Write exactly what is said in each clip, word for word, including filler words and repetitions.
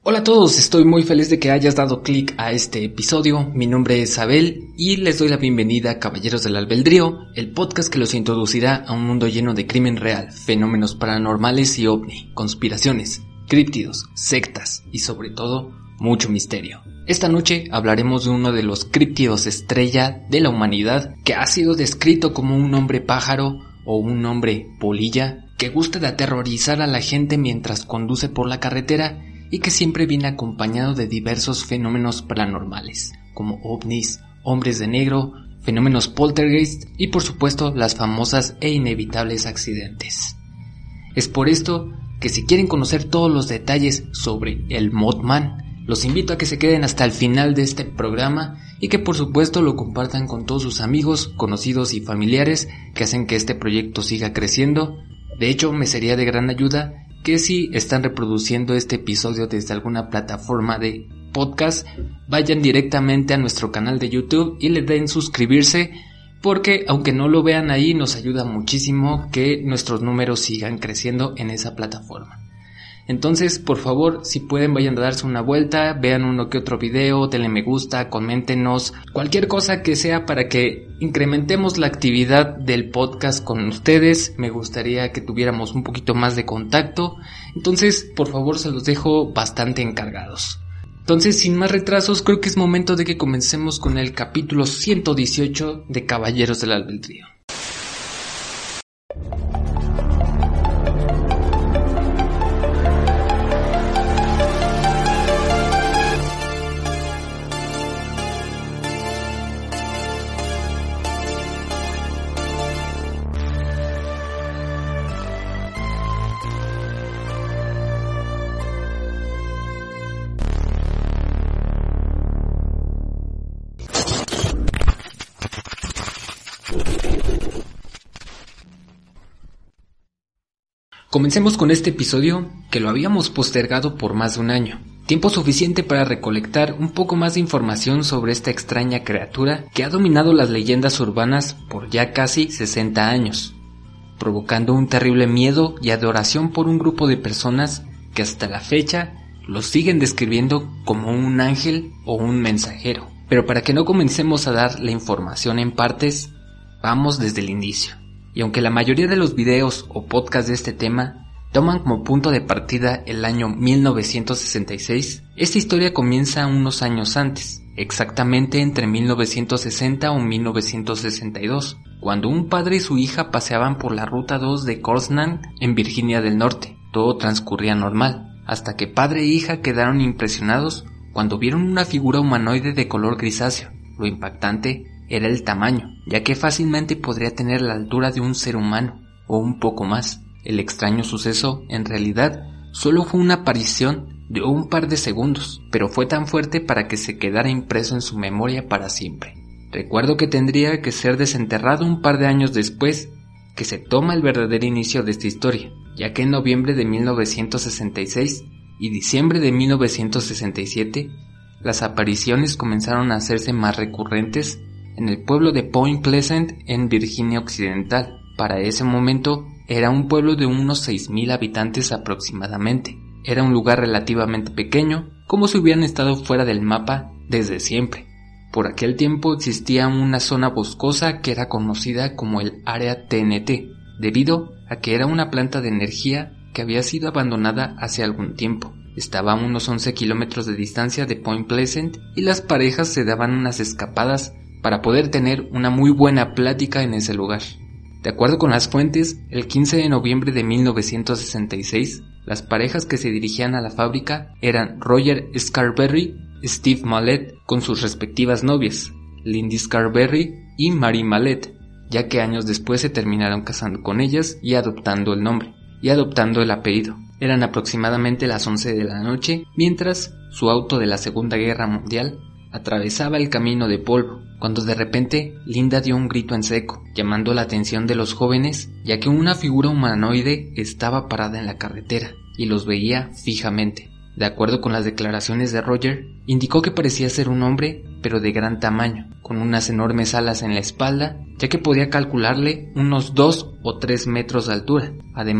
Hola a todos, estoy muy feliz de que hayas dado clic a este episodio. Mi nombre es Abel y les doy la bienvenida a Caballeros del Albedrío, el podcast que los introducirá a un mundo lleno de crimen real, fenómenos paranormales y ovni, conspiraciones, críptidos, sectas y sobre todo, mucho misterio. Esta noche hablaremos de uno de los críptidos estrella de la humanidad que ha sido descrito como un hombre pájaro o un hombre polilla que gusta de aterrorizar a la gente mientras conduce por la carretera y que siempre viene acompañado de diversos fenómenos paranormales, como ovnis, hombres de negro, fenómenos poltergeist y por supuesto las famosas e inevitables accidentes. Es por esto que si quieren conocer todos los detalles sobre el Mothman, los invito a que se queden hasta el final de este programa y que por supuesto lo compartan con todos sus amigos, conocidos y familiares que hacen que este proyecto siga creciendo. De hecho, me sería de gran ayuda que si están reproduciendo este episodio desde alguna plataforma de podcast, vayan directamente a nuestro canal de YouTube y le den suscribirse, porque aunque no lo vean ahí, nos ayuda muchísimo que nuestros números sigan creciendo en esa plataforma. Entonces, por favor, si pueden, vayan a darse una vuelta, vean uno que otro video, denle me gusta, coméntenos, cualquier cosa que sea para que incrementemos la actividad del podcast con ustedes. Me gustaría que tuviéramos un poquito más de contacto, entonces, por favor, se los dejo bastante encargados. Entonces, sin más retrasos, creo que es momento de que comencemos con el capítulo ciento dieciocho de Caballeros del Albedrío. Comencemos con este episodio que lo habíamos postergado por más de un año, tiempo suficiente para recolectar un poco más de información sobre esta extraña criatura que ha dominado las leyendas urbanas por ya casi sesenta años, provocando un terrible miedo y adoración por un grupo de personas que hasta la fecha lo siguen describiendo como un ángel o un mensajero. Pero para que no comencemos a dar la información en partes, vamos desde el inicio. Y aunque la mayoría de los videos o podcasts de este tema toman como punto de partida el año mil novecientos sesenta y seis, esta historia comienza unos años antes, exactamente entre mil novecientos sesenta o mil novecientos sesenta y dos, cuando un padre y su hija paseaban por la ruta dos de Cortlandt en Virginia del Norte. Todo transcurría normal, hasta que padre e hija quedaron impresionados cuando vieron una figura humanoide de color grisáceo. Lo impactante era el tamaño, ya que fácilmente podría tener la altura de un ser humano, o un poco más. El extraño suceso, en realidad, solo fue una aparición de un par de segundos, pero fue tan fuerte para que se quedara impreso en su memoria para siempre. Recuerdo que tendría que ser desenterrado un par de años después que se toma el verdadero inicio de esta historia, ya que en noviembre de mil novecientos sesenta y seis y diciembre de mil novecientos sesenta y siete, las apariciones comenzaron a hacerse más recurrentes en el pueblo de Point Pleasant en Virginia Occidental. Para ese momento era un pueblo de unos seis mil habitantes aproximadamente. Era un lugar relativamente pequeño, como si hubieran estado fuera del mapa desde siempre. Por aquel tiempo existía una zona boscosa que era conocida como el área T N T, debido a que era una planta de energía que había sido abandonada hace algún tiempo. Estaba a unos once kilómetros de distancia de Point Pleasant y las parejas se daban unas escapadas para poder tener una muy buena plática en ese lugar. De acuerdo con las fuentes, el quince de noviembre de mil novecientos sesenta y seis, las parejas que se dirigían a la fábrica eran Roger Scarberry, Steve Mallette, con sus respectivas novias, Lindy Scarberry y Mary Mallette, ya que años después se terminaron casando con ellas y adoptando el nombre, y adoptando el apellido. Eran aproximadamente las once de la noche, mientras su auto de la Segunda Guerra Mundial atravesaba el camino de polvo, cuando de repente Linda dio un grito en seco, llamando la atención de los jóvenes, ya que una figura humanoide estaba parada en la carretera y los veía fijamente. De acuerdo con las declaraciones de Roger, indicó que parecía ser un hombre, pero de gran tamaño, con unas enormes alas en la espalda, ya que podía calcularle unos dos o tres metros de altura. Además,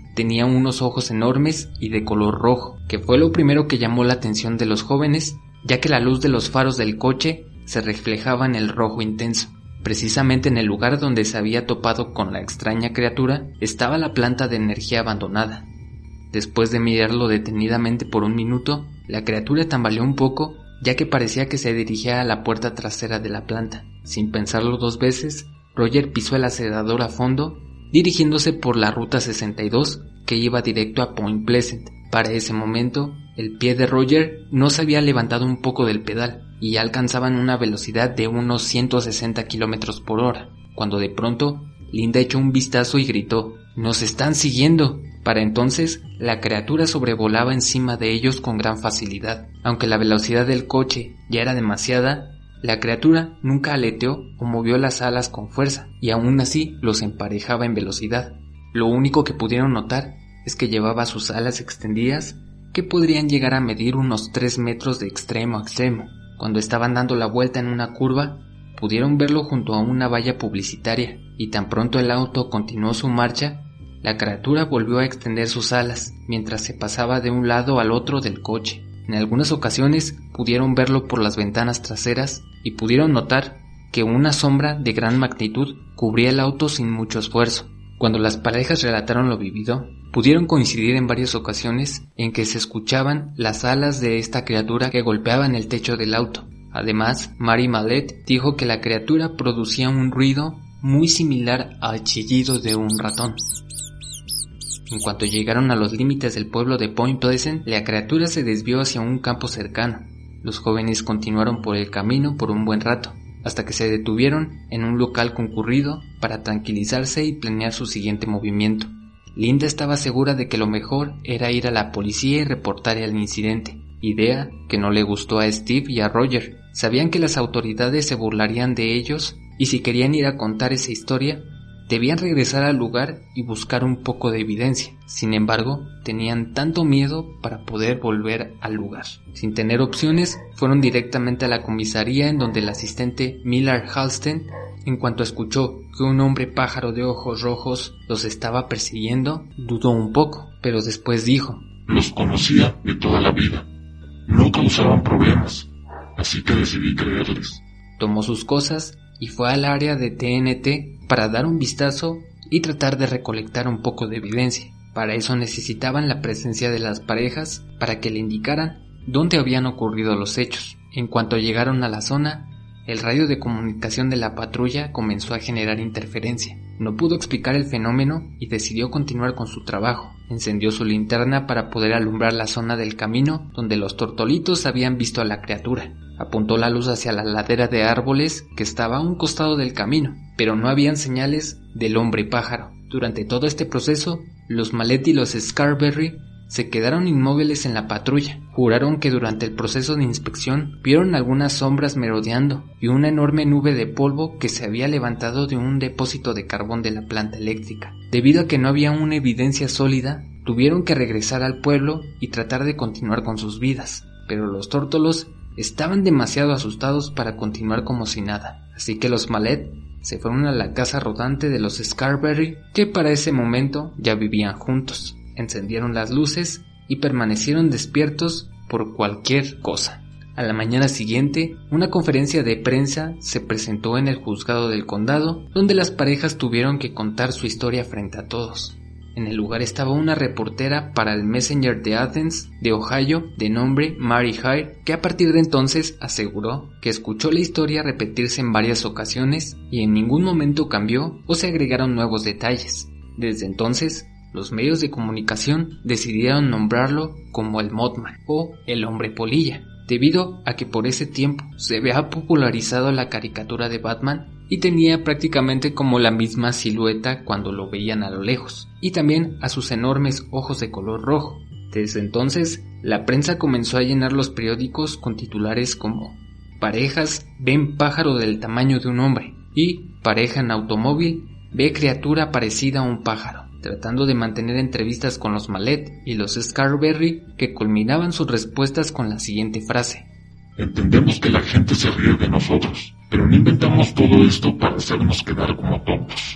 tenía unos ojos enormes y de color rojo, que fue lo primero que llamó la atención de los jóvenes, ya que la luz de los faros del coche se reflejaba en el rojo intenso. Precisamente en el lugar donde se había topado con la extraña criatura estaba la planta de energía abandonada. Después de mirarlo detenidamente por un minuto, la criatura tambaleó un poco, ya que parecía que se dirigía a la puerta trasera de la planta. Sin pensarlo dos veces, Roger pisó el acelerador a fondo, dirigiéndose por la ruta sesenta y dos que iba directo a Point Pleasant. Para ese momento, el pie de Roger no se había levantado un poco del pedal y ya alcanzaban una velocidad de unos ciento sesenta kilómetros por hora, cuando de pronto Linda echó un vistazo y gritó: «¡Nos están siguiendo!». Para entonces, la criatura sobrevolaba encima de ellos con gran facilidad. Aunque la velocidad del coche ya era demasiada, la criatura nunca aleteó o movió las alas con fuerza, y aún así los emparejaba en velocidad. Lo único que pudieron notar es que llevaba sus alas extendidas, que podrían llegar a medir unos tres metros de extremo a extremo. Cuando estaban dando la vuelta en una curva, pudieron verlo junto a una valla publicitaria, y tan pronto el auto continuó su marcha, la criatura volvió a extender sus alas, mientras se pasaba de un lado al otro del coche. En algunas ocasiones pudieron verlo por las ventanas traseras y pudieron notar que una sombra de gran magnitud cubría el auto sin mucho esfuerzo. Cuando las parejas relataron lo vivido, pudieron coincidir en varias ocasiones en que se escuchaban las alas de esta criatura que golpeaban el techo del auto. Además, Mary Mallette dijo que la criatura producía un ruido muy similar al chillido de un ratón. En cuanto llegaron a los límites del pueblo de Point Pleasant, la criatura se desvió hacia un campo cercano. Los jóvenes continuaron por el camino por un buen rato, hasta que se detuvieron en un local concurrido para tranquilizarse y planear su siguiente movimiento. Linda estaba segura de que lo mejor era ir a la policía y reportar el incidente, idea que no le gustó a Steve y a Roger. Sabían que las autoridades se burlarían de ellos y si querían ir a contar esa historia, debían regresar al lugar y buscar un poco de evidencia. Sin embargo, tenían tanto miedo para poder volver al lugar. Sin tener opciones, fueron directamente a la comisaría, en donde el asistente Millard Halstead, en cuanto escuchó que un hombre pájaro de ojos rojos los estaba persiguiendo, dudó un poco, pero después dijo: «Los conocía de toda la vida. No causaban problemas, así que decidí creerles». Tomó sus cosas y fue al área de T N T para dar un vistazo y tratar de recolectar un poco de evidencia. Para eso necesitaban la presencia de las parejas para que le indicaran dónde habían ocurrido los hechos. En cuanto llegaron a la zona, el radio de comunicación de la patrulla comenzó a generar interferencia. No pudo explicar el fenómeno y decidió continuar con su trabajo. Encendió su linterna para poder alumbrar la zona del camino donde los tortolitos habían visto a la criatura. Apuntó la luz hacia la ladera de árboles que estaba a un costado del camino, pero no habían señales del hombre pájaro. Durante todo este proceso, los Mallette y los Scarberry se quedaron inmóviles en la patrulla. Juraron que durante el proceso de inspección vieron algunas sombras merodeando y una enorme nube de polvo que se había levantado de un depósito de carbón de la planta eléctrica. Debido a que no había una evidencia sólida, tuvieron que regresar al pueblo y tratar de continuar con sus vidas, pero los tórtolos estaban demasiado asustados para continuar como si nada, así que los Mallette se fueron a la casa rodante de los Scarberry, que para ese momento ya vivían juntos. Encendieron las luces y permanecieron despiertos por cualquier cosa. A la mañana siguiente, una conferencia de prensa se presentó en el juzgado del condado, donde las parejas tuvieron que contar su historia frente a todos. En el lugar estaba una reportera para el Messenger de Athens, de Ohio, de nombre Mary Hire, que a partir de entonces aseguró que escuchó la historia repetirse en varias ocasiones y en ningún momento cambió o se agregaron nuevos detalles. Desde entonces, los medios de comunicación decidieron nombrarlo como el Mothman o el hombre polilla, debido a que por ese tiempo se había popularizado la caricatura de Batman y tenía prácticamente como la misma silueta cuando lo veían a lo lejos, y también a sus enormes ojos de color rojo. Desde entonces, la prensa comenzó a llenar los periódicos con titulares como «Parejas ven pájaro del tamaño de un hombre» y «Pareja en automóvil ve criatura parecida a un pájaro», tratando de mantener entrevistas con los Mallette y los Scarberry, que culminaban sus respuestas con la siguiente frase: «Entendemos que la gente se ríe de nosotros, pero no inventamos todo esto para hacernos quedar como tontos».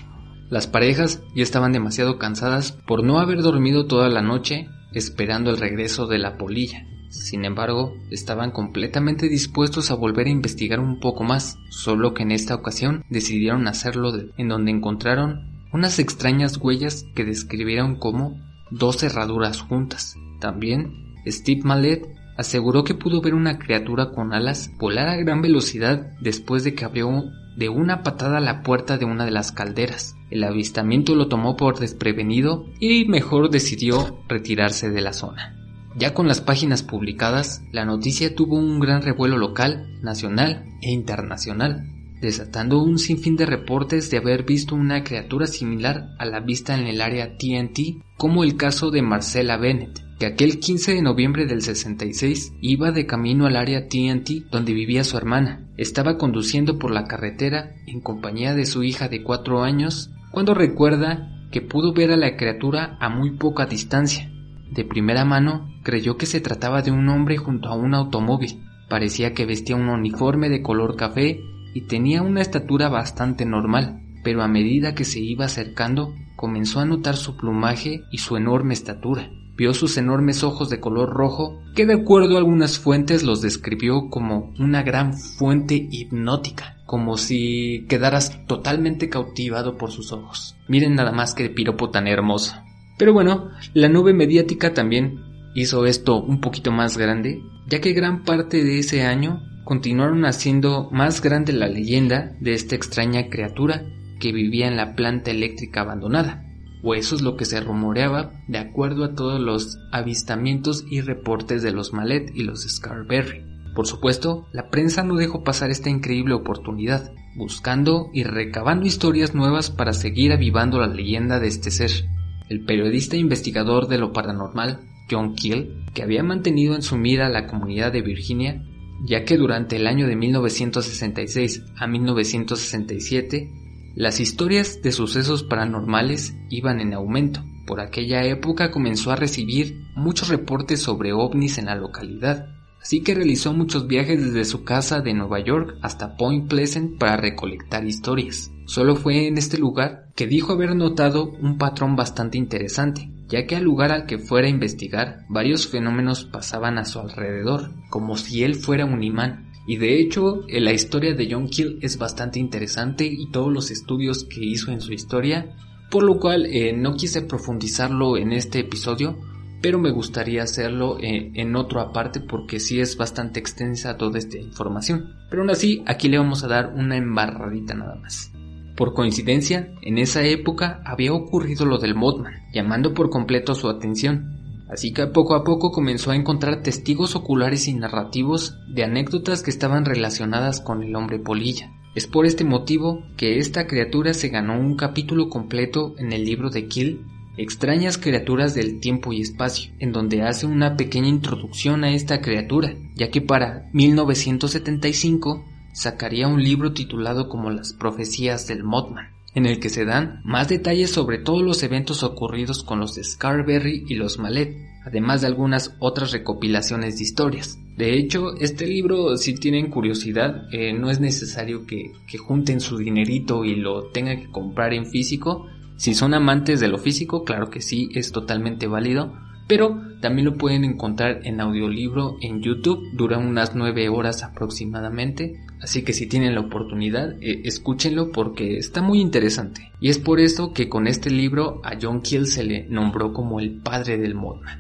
Las parejas ya estaban demasiado cansadas por no haber dormido toda la noche esperando el regreso de la polilla. Sin embargo, estaban completamente dispuestos a volver a investigar un poco más, solo que en esta ocasión decidieron hacerlo de, en donde encontraron unas extrañas huellas que describieron como dos herraduras juntas. También, Steve Mallette aseguró que pudo ver una criatura con alas volar a gran velocidad después de que abrió de una patada la puerta de una de las calderas. El avistamiento lo tomó por desprevenido y mejor decidió retirarse de la zona. Ya con las páginas publicadas, la noticia tuvo un gran revuelo local, nacional e internacional, desatando un sinfín de reportes de haber visto una criatura similar a la vista en el área T N T, como el caso de Marcella Bennett, que aquel quince de noviembre del sesenta y seis iba de camino al área T N T donde vivía su hermana. Estaba conduciendo por la carretera en compañía de su hija de cuatro años cuando recuerda que pudo ver a la criatura a muy poca distancia. De primera mano creyó que se trataba de un hombre junto a un automóvil. Parecía que vestía un uniforme de color café y tenía una estatura bastante normal, pero a medida que se iba acercando comenzó a notar su plumaje y su enorme estatura. Vio sus enormes ojos de color rojo, que de acuerdo a algunas fuentes los describió como una gran fuente hipnótica, como si quedaras totalmente cautivado por sus ojos. Miren nada más que piropo tan hermoso. Pero bueno, la nube mediática también hizo esto un poquito más grande, ya que gran parte de ese año continuaron haciendo más grande la leyenda de esta extraña criatura que vivía en la planta eléctrica abandonada. O eso es lo que se rumoreaba de acuerdo a todos los avistamientos y reportes de los Mallette y los Scarberry. Por supuesto, la prensa no dejó pasar esta increíble oportunidad, buscando y recabando historias nuevas para seguir avivando la leyenda de este ser. El periodista investigador de lo paranormal, John Keel, que había mantenido en su mira a la comunidad de Virginia, ya que durante el año de mil novecientos sesenta y seis a mil novecientos sesenta y siete, las historias de sucesos paranormales iban en aumento. Por aquella época comenzó a recibir muchos reportes sobre ovnis en la localidad, así que realizó muchos viajes desde su casa de Nueva York hasta Point Pleasant para recolectar historias. Solo fue en este lugar que dijo haber notado un patrón bastante interesante, ya que al lugar al que fuera a investigar, varios fenómenos pasaban a su alrededor, como si él fuera un imán. Y de hecho, la historia de John Keel es bastante interesante y todos los estudios que hizo en su historia, por lo cual eh, no quise profundizarlo en este episodio, pero me gustaría hacerlo eh, en otro aparte porque sí es bastante extensa toda esta información. Pero aún así, aquí le vamos a dar una embarradita nada más. Por coincidencia, en esa época había ocurrido lo del Mothman, llamando por completo su atención. Así que poco a poco comenzó a encontrar testigos oculares y narrativos de anécdotas que estaban relacionadas con el hombre polilla. Es por este motivo que esta criatura se ganó un capítulo completo en el libro de Keel, Extrañas criaturas del tiempo y espacio, en donde hace una pequeña introducción a esta criatura, ya que para mil novecientos setenta y cinco sacaría un libro titulado como Las profecías del Mothman, en el que se dan más detalles sobre todos los eventos ocurridos con los Scarberry y los Mallette, además de algunas otras recopilaciones de historias. De hecho, este libro, si tienen curiosidad, eh, no es necesario que, que junten su dinerito y lo tengan que comprar en físico. Si son amantes de lo físico, claro que sí, es totalmente válido, pero también lo pueden encontrar en audiolibro en YouTube, dura unas nueve horas aproximadamente, así que si tienen la oportunidad, eh, escúchenlo porque está muy interesante. Y es por esto que con este libro a John Keel se le nombró como el padre del Mothman.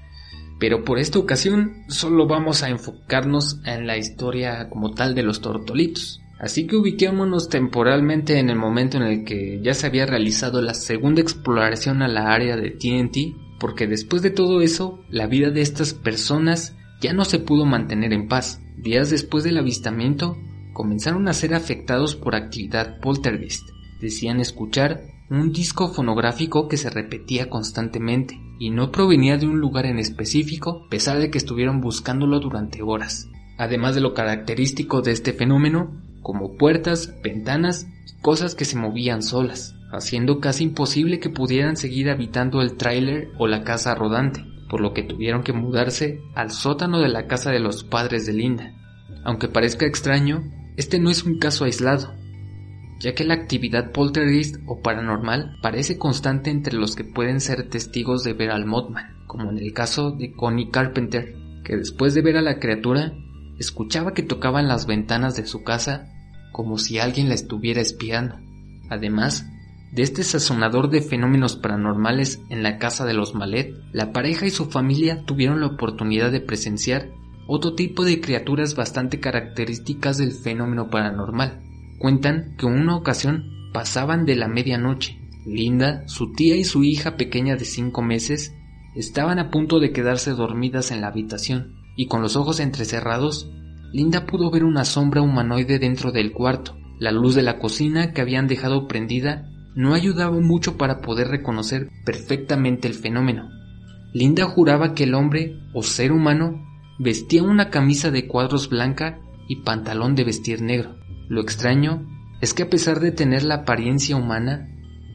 Pero por esta ocasión solo vamos a enfocarnos en la historia como tal de los tortolitos. Así que ubiquémonos temporalmente en el momento en el que ya se había realizado la segunda exploración a la área de T N T, porque después de todo eso, la vida de estas personas ya no se pudo mantener en paz. Días después del avistamiento, comenzaron a ser afectados por actividad poltergeist. Decían escuchar un disco fonográfico que se repetía constantemente y no provenía de un lugar en específico, a pesar de que estuvieron buscándolo durante horas. Además de lo característico de este fenómeno, como puertas, ventanas y cosas que se movían solas, haciendo casi imposible que pudieran seguir habitando el tráiler o la casa rodante, por lo que tuvieron que mudarse al sótano de la casa de los padres de Linda. Aunque parezca extraño, este no es un caso aislado. ya que la actividad poltergeist o paranormal parece constante entre los que pueden ser testigos de ver al Mothman, como en el caso de Connie Carpenter, que después de ver a la criatura, escuchaba que tocaban las ventanas de su casa como si alguien la estuviera espiando. Además de este sazonador de fenómenos paranormales en la casa de los Mallet, la pareja y su familia tuvieron la oportunidad de presenciar otro tipo de criaturas bastante características del fenómeno paranormal. Cuentan que en una ocasión pasaban de la medianoche. Linda, su tía y su hija pequeña de cinco meses estaban a punto de quedarse dormidas en la habitación, y con los ojos entrecerrados, Linda pudo ver una sombra humanoide dentro del cuarto. La luz de la cocina que habían dejado prendida no ayudaba mucho para poder reconocer perfectamente el fenómeno. Linda juraba que el hombre o ser humano vestía una camisa de cuadros blanca y pantalón de vestir negro. Lo extraño es que a pesar de tener la apariencia humana,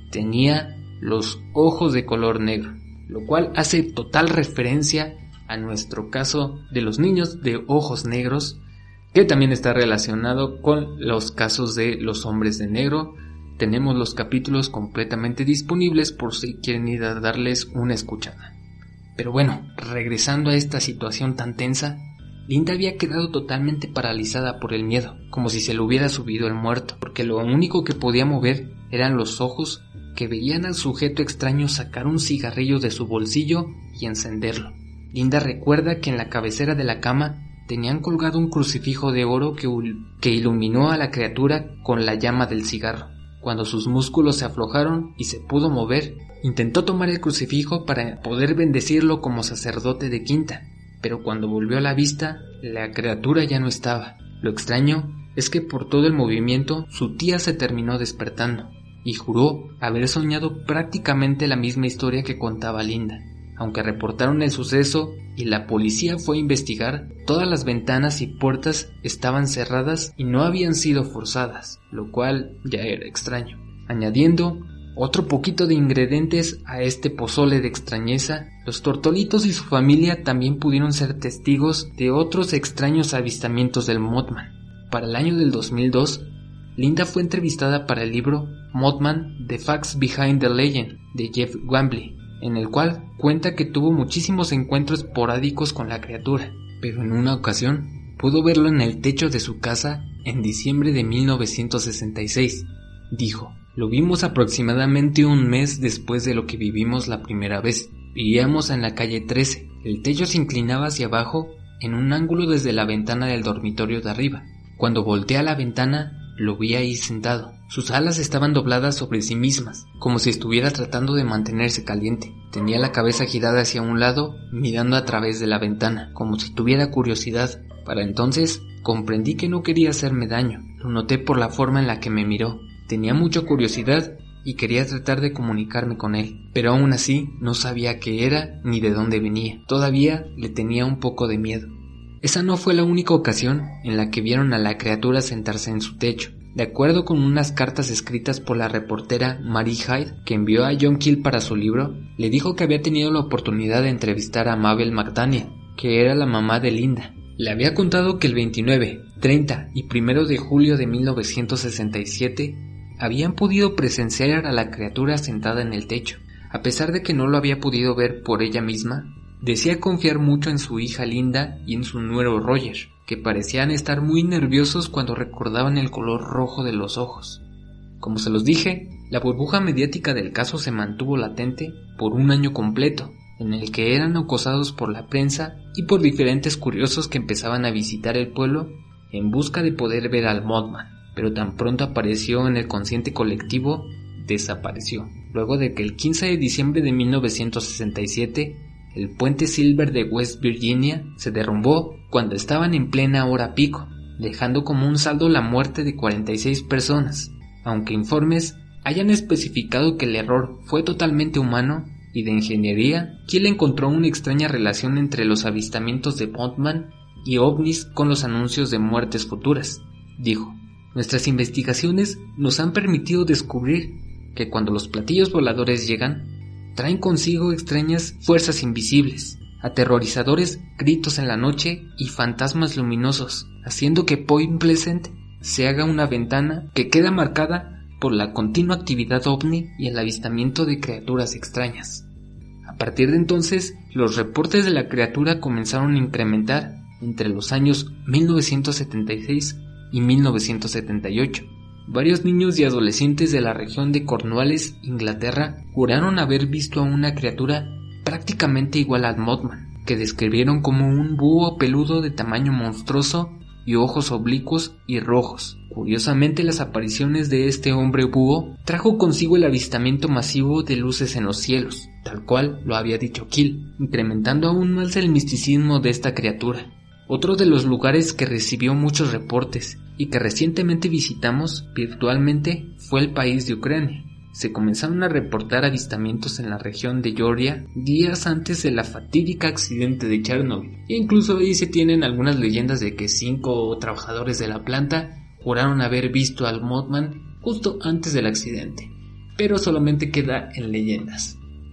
tenía los ojos de color negro, lo cual hace total referencia a nuestro caso de los niños de ojos negros, que también está relacionado con los casos de los hombres de negro. Tenemos los capítulos completamente disponibles por si quieren ir a darles una escuchada. Pero bueno, regresando a esta situación tan tensa, Linda había quedado totalmente paralizada por el miedo, como si se le hubiera subido el muerto, porque lo único que podía mover eran los ojos que veían al sujeto extraño sacar un cigarrillo de su bolsillo y encenderlo. Linda recuerda que en la cabecera de la cama tenían colgado un crucifijo de oro que, que iluminó a la criatura con la llama del cigarro. Cuando sus músculos se aflojaron y se pudo mover, intentó tomar el crucifijo para poder bendecirlo como sacerdote de quinta, pero cuando volvió a la vista, la criatura ya no estaba. Lo extraño es que por todo el movimiento, su tía se terminó despertando y juró haber soñado prácticamente la misma historia que contaba Linda. Aunque reportaron el suceso y la policía fue a investigar, todas las ventanas y puertas estaban cerradas y no habían sido forzadas, lo cual ya era extraño. Añadiendo otro poquito de ingredientes a este pozole de extrañeza, los Tortolitos y su familia también pudieron ser testigos de otros extraños avistamientos del Mothman. Para el año del dos mil dos, Linda fue entrevistada para el libro Mothman: The Facts Behind the Legend de Jeff Wambley, en el cual cuenta que tuvo muchísimos encuentros esporádicos con la criatura, pero en una ocasión pudo verlo en el techo de su casa en diciembre de mil novecientos sesenta y seis. Dijo: lo vimos aproximadamente un mes después de lo que vivimos la primera vez. Vivíamos en la calle trece. El techo se inclinaba hacia abajo en un ángulo desde la ventana del dormitorio de arriba. Cuando volteé a la ventana, lo vi ahí sentado. Sus alas estaban dobladas sobre sí mismas, como si estuviera tratando de mantenerse caliente. Tenía la cabeza girada hacia un lado, mirando a través de la ventana, como si tuviera curiosidad. Para entonces, comprendí que no quería hacerme daño. Lo noté por la forma en la que me miró. Tenía mucha curiosidad y quería tratar de comunicarme con él, pero aún así no sabía qué era ni de dónde venía. Todavía le tenía un poco de miedo. Esa no fue la única ocasión en la que vieron a la criatura sentarse en su techo. De acuerdo con unas cartas escritas por la reportera Mary Hyde, que envió a John Keel para su libro, le dijo que había tenido la oportunidad de entrevistar a Mabel McDaniel, que era la mamá de Linda. Le había contado que el veintinueve, treinta y primero de julio de mil novecientos sesenta y siete habían podido presenciar a la criatura sentada en el techo. A pesar de que no lo había podido ver por ella misma, decía confiar mucho en su hija Linda y en su nuero Roger, que parecían estar muy nerviosos cuando recordaban el color rojo de los ojos. Como se los dije, la burbuja mediática del caso se mantuvo latente por un año completo, en el que eran acosados por la prensa y por diferentes curiosos que empezaban a visitar el pueblo en busca de poder ver al Mothman, pero tan pronto apareció en el consciente colectivo, desapareció. Luego de que el quince de diciembre de mil novecientos sesenta y siete, el puente Silver de West Virginia se derrumbó cuando estaban en plena hora pico, dejando como un saldo la muerte de cuarenta y seis personas. Aunque informes hayan especificado que el error fue totalmente humano y de ingeniería, Keel encontró una extraña relación entre los avistamientos de Mothman y ovnis con los anuncios de muertes futuras. Dijo: nuestras investigaciones nos han permitido descubrir que cuando los platillos voladores llegan, traen consigo extrañas fuerzas invisibles, aterrorizadores gritos en la noche y fantasmas luminosos, haciendo que Point Pleasant se haga una ventana que queda marcada por la continua actividad ovni y el avistamiento de criaturas extrañas. A partir de entonces, los reportes de la criatura comenzaron a incrementar entre los años mil novecientos setenta y seis y mil novecientos setenta y ocho. Varios niños y adolescentes de la región de Cornwallis, Inglaterra, juraron haber visto a una criatura prácticamente igual al Mothman, que describieron como un búho peludo de tamaño monstruoso y ojos oblicuos y rojos. Curiosamente, las apariciones de este hombre búho trajo consigo el avistamiento masivo de luces en los cielos, tal cual lo había dicho Keel, incrementando aún más el misticismo de esta criatura. Otro de los lugares que recibió muchos reportes y que recientemente visitamos virtualmente fue el país de Ucrania. Se comenzaron a reportar avistamientos en la región de Georgia días antes de la fatídica accidente de Chernobyl. E incluso ahí se tienen algunas leyendas de que cinco trabajadores de la planta juraron haber visto al Mothman justo antes del accidente, pero solamente queda en leyendas.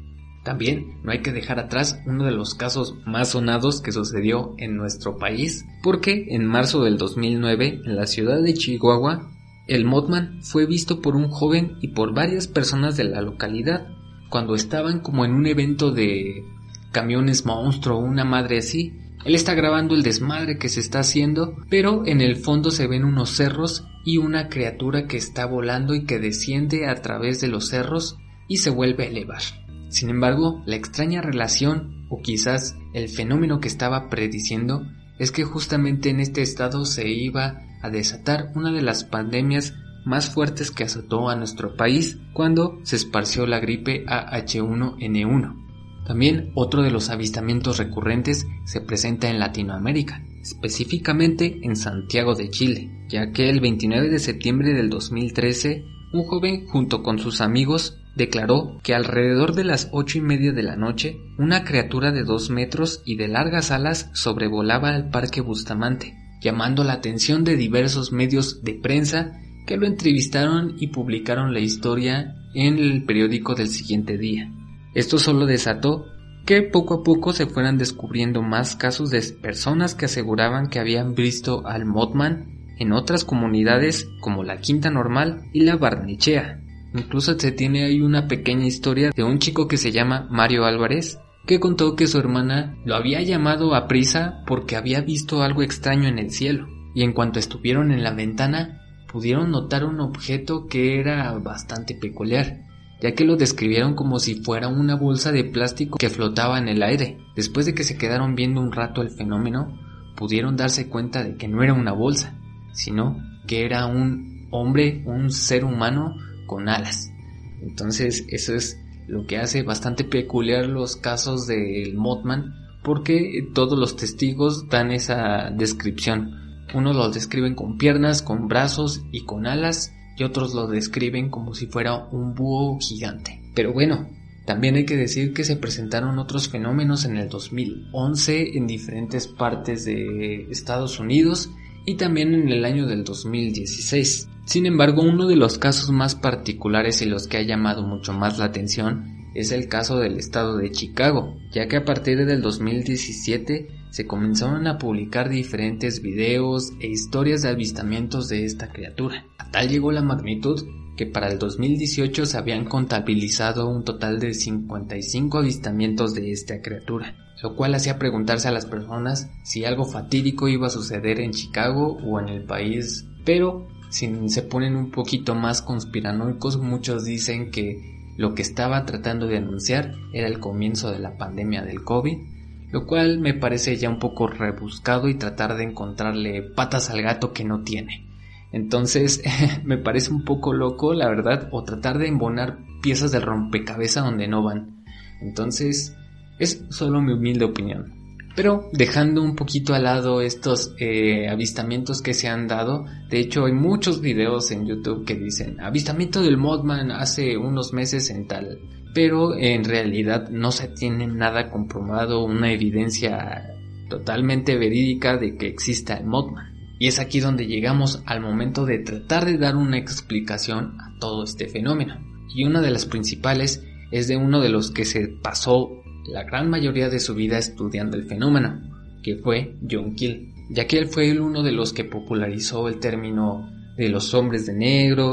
También no hay que dejar atrás uno de los casos más sonados que sucedió en nuestro país, porque en marzo del dos mil nueve, en la ciudad de Chihuahua, el Mothman fue visto por un joven y por varias personas de la localidad, cuando estaban como en un evento de camiones monstruo o una madre así. Él está grabando el desmadre que se está haciendo, pero en el fondo se ven unos cerros y una criatura que está volando y que desciende a través de los cerros y se vuelve a elevar. Sin embargo, la extraña relación, o quizás el fenómeno que estaba prediciendo, es que justamente en este estado se iba a desatar una de las pandemias más fuertes que azotó a nuestro país cuando se esparció la gripe A H uno N uno. También otro de los avistamientos recurrentes se presenta en Latinoamérica, específicamente en Santiago de Chile, ya que el veintinueve de septiembre del dos mil trece, un joven junto con sus amigos declaró que alrededor de las ocho y media de la noche, una criatura de dos metros y de largas alas sobrevolaba el Parque Bustamante, llamando la atención de diversos medios de prensa que lo entrevistaron y publicaron la historia en el periódico del siguiente día. Esto solo desató que poco a poco se fueran descubriendo más casos de personas que aseguraban que habían visto al Mothman en otras comunidades como la Quinta Normal y la Barnechea. Incluso se tiene ahí una pequeña historia de un chico que se llama Mario Álvarez, que contó que su hermana lo había llamado a prisa porque había visto algo extraño en el cielo, y en cuanto estuvieron en la ventana pudieron notar un objeto que era bastante peculiar, ya que lo describieron como si fuera una bolsa de plástico que flotaba en el aire. Después de que se quedaron viendo un rato el fenómeno, pudieron darse cuenta de que no era una bolsa, sino que era un hombre, un ser humano con alas. Entonces eso es lo que hace bastante peculiar los casos del Mothman, porque todos los testigos dan esa descripción. Unos lo describen con piernas, con brazos y con alas, y otros lo describen como si fuera un búho gigante. Pero bueno, también hay que decir que se presentaron otros fenómenos en el dos mil once en diferentes partes de Estados Unidos y también en el año del dos mil dieciséis. Sin embargo, uno de los casos más particulares y los que ha llamado mucho más la atención es el caso del estado de Chicago, ya que a partir del dos mil diecisiete se comenzaron a publicar diferentes videos e historias de avistamientos de esta criatura. A tal llegó la magnitud que para el dos mil dieciocho se habían contabilizado un total de cincuenta y cinco avistamientos de esta criatura, lo cual hacía preguntarse a las personas si algo fatídico iba a suceder en Chicago o en el país. Pero si se ponen un poquito más conspiranoicos, muchos dicen que lo que estaba tratando de anunciar era el comienzo de la pandemia del COVID, lo cual me parece ya un poco rebuscado y tratar de encontrarle patas al gato que no tiene. Entonces me parece un poco loco, la verdad, o tratar de embonar piezas del rompecabezas donde no van. Entonces es solo mi humilde opinión. Pero dejando un poquito al lado estos eh, avistamientos que se han dado, de hecho hay muchos videos en YouTube que dicen avistamiento del Mothman hace unos meses en tal, pero en realidad no se tiene nada comprobado, una evidencia totalmente verídica de que exista el Mothman. Y es aquí donde llegamos al momento de tratar de dar una explicación a todo este fenómeno. Y una de las principales es de uno de los que se pasó la gran mayoría de su vida estudiando el fenómeno, que fue John Keel, ya que él fue uno de los que popularizó el término de los hombres de negro,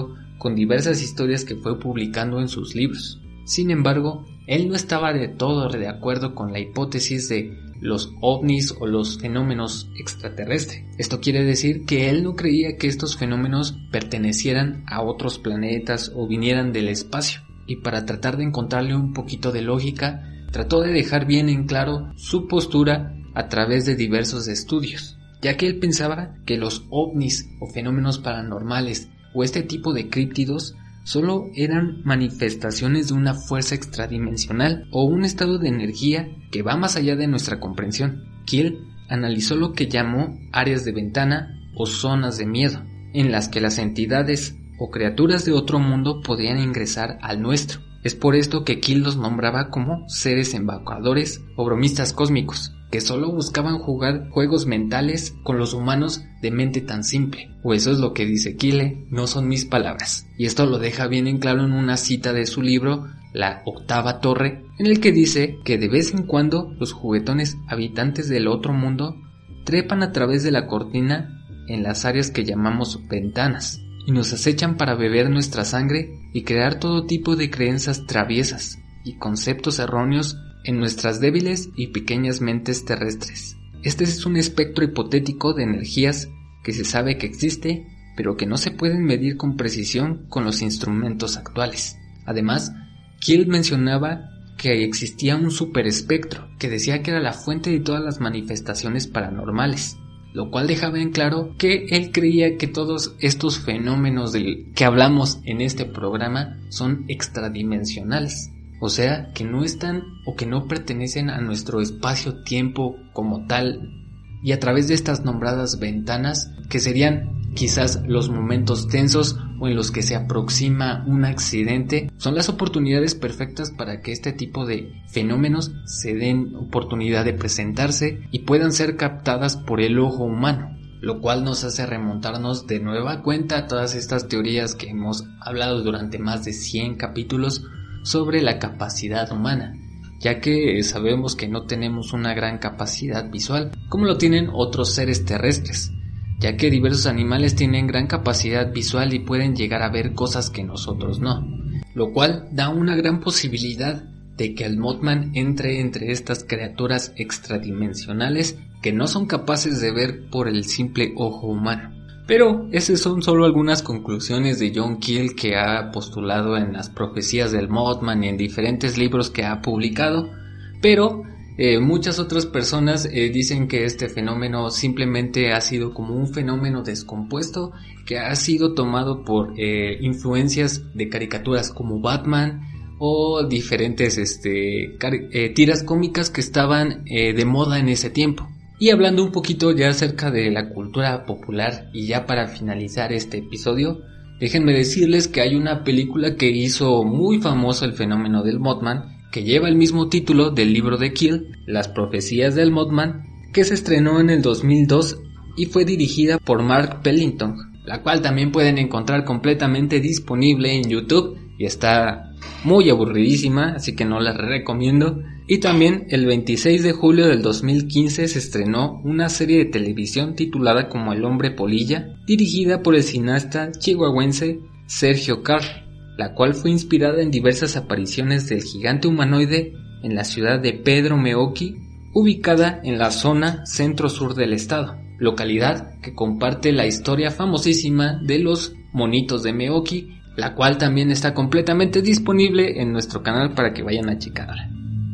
con diversas historias que fue publicando en sus libros. Sin embargo, él no estaba de todo de acuerdo con la hipótesis de los ovnis o los fenómenos extraterrestres. Esto quiere decir que él no creía que estos fenómenos pertenecieran a otros planetas o vinieran del espacio. Y para tratar de encontrarle un poquito de lógica, trató de dejar bien en claro su postura a través de diversos estudios, ya que él pensaba que los ovnis o fenómenos paranormales o este tipo de críptidos solo eran manifestaciones de una fuerza extradimensional o un estado de energía que va más allá de nuestra comprensión. Keel analizó lo que llamó áreas de ventana o zonas de miedo, en las que las entidades o criaturas de otro mundo podían ingresar al nuestro. Es por esto que Keel los nombraba como seres embaucadores o bromistas cósmicos, que solo buscaban jugar juegos mentales con los humanos de mente tan simple. O eso es lo que dice Keel, no son mis palabras. Y esto lo deja bien en claro en una cita de su libro, La Octava Torre, en el que dice que de vez en cuando los juguetones habitantes del otro mundo trepan a través de la cortina en las áreas que llamamos ventanas, y nos acechan para beber nuestra sangre y crear todo tipo de creencias traviesas y conceptos erróneos en nuestras débiles y pequeñas mentes terrestres. Este es un espectro hipotético de energías que se sabe que existe, pero que no se pueden medir con precisión con los instrumentos actuales. Además, Keel mencionaba que existía un superespectro que decía que era la fuente de todas las manifestaciones paranormales, lo cual dejaba en claro que él creía que todos estos fenómenos del que hablamos en este programa son extradimensionales, o sea, que no están o que no pertenecen a nuestro espacio-tiempo como tal, y a través de estas nombradas ventanas, que serían quizás los momentos tensos o en los que se aproxima un accidente, son las oportunidades perfectas para que este tipo de fenómenos se den oportunidad de presentarse y puedan ser captadas por el ojo humano, lo cual nos hace remontarnos de nueva cuenta a todas estas teorías que hemos hablado durante más de cien capítulos sobre la capacidad humana, ya que sabemos que no tenemos una gran capacidad visual como lo tienen otros seres terrestres, ya que diversos animales tienen gran capacidad visual y pueden llegar a ver cosas que nosotros no, lo cual da una gran posibilidad de que el Mothman entre entre estas criaturas extradimensionales que no son capaces de ver por el simple ojo humano. Pero esas son solo algunas conclusiones de John Keel que ha postulado en las profecías del Mothman y en diferentes libros que ha publicado, pero Eh, muchas otras personas eh, dicen que este fenómeno simplemente ha sido como un fenómeno descompuesto que ha sido tomado por eh, influencias de caricaturas como Batman o diferentes este, car- eh, tiras cómicas que estaban eh, de moda en ese tiempo. Y hablando un poquito ya acerca de la cultura popular y ya para finalizar este episodio, déjenme decirles que hay una película que hizo muy famoso el fenómeno del Mothman, que lleva el mismo título del libro de Keel, Las Profecías del Mothman, que se estrenó en el dos mil dos y fue dirigida por Mark Pellington, la cual también pueden encontrar completamente disponible en YouTube y está muy aburridísima, así que no la recomiendo. Y también el veintiséis de julio del dos mil quince se estrenó una serie de televisión titulada como El Hombre Polilla, dirigida por el cineasta chihuahuense Sergio Carr, la cual fue inspirada en diversas apariciones del gigante humanoide en la ciudad de Pedro Meoqui, ubicada en la zona centro-sur del estado, localidad que comparte la historia famosísima de los monitos de Meoqui, la cual también está completamente disponible en nuestro canal para que vayan a checarla.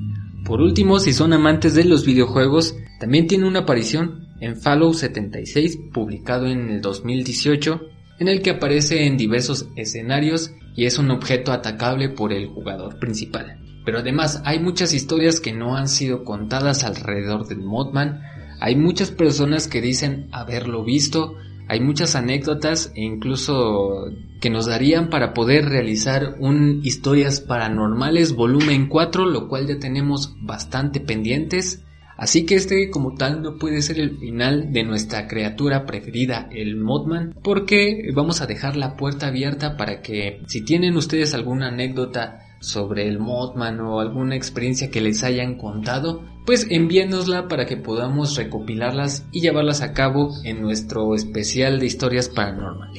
Por último, si son amantes de los videojuegos, también tiene una aparición en Fallout setenta y seis, publicado en el dos mil dieciocho, en el que aparece en diversos escenarios y es un objeto atacable por el jugador principal. Pero además hay muchas historias que no han sido contadas alrededor del Mothman, hay muchas personas que dicen haberlo visto, hay muchas anécdotas e incluso que nos darían para poder realizar un Historias Paranormales volumen cuatro, lo cual ya tenemos bastante pendientes. Así que este como tal no puede ser el final de nuestra criatura preferida, el Mothman, porque vamos a dejar la puerta abierta para que si tienen ustedes alguna anécdota sobre el Mothman o alguna experiencia que les hayan contado, pues envíenosla para que podamos recopilarlas y llevarlas a cabo en nuestro especial de historias paranormales.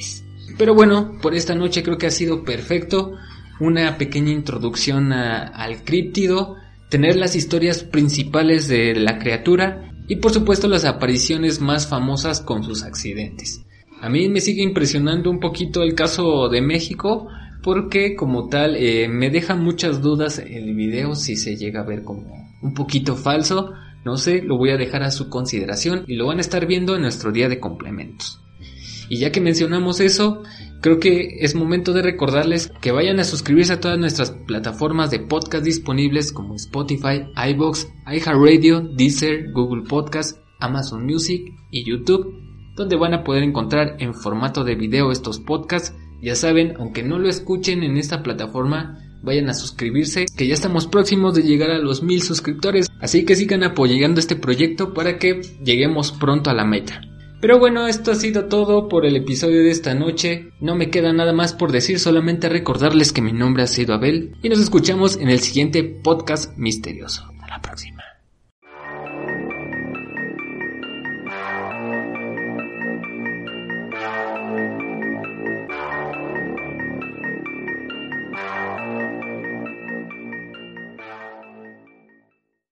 Pero bueno, por esta noche creo que ha sido perfecto. Una pequeña introducción a, al críptido, tener las historias principales de la criatura y por supuesto las apariciones más famosas con sus accidentes. A mí me sigue impresionando un poquito el caso de México porque como tal eh, me deja muchas dudas el video si se llega a ver como un poquito falso. No sé, lo voy a dejar a su consideración y lo van a estar viendo en nuestro día de complementos. Y ya que mencionamos eso, creo que es momento de recordarles que vayan a suscribirse a todas nuestras plataformas de podcast disponibles como Spotify, iVoox, iHeartRadio, Deezer, Google Podcast, Amazon Music y YouTube, donde van a poder encontrar en formato de video estos podcasts. Ya saben, aunque no lo escuchen en esta plataforma, vayan a suscribirse, que ya estamos próximos de llegar a los mil suscriptores, así que sigan apoyando este proyecto para que lleguemos pronto a la meta. Pero bueno, esto ha sido todo por el episodio de esta noche. No me queda nada más por decir, solamente recordarles que mi nombre ha sido Abel y nos escuchamos en el siguiente podcast misterioso. Hasta la próxima.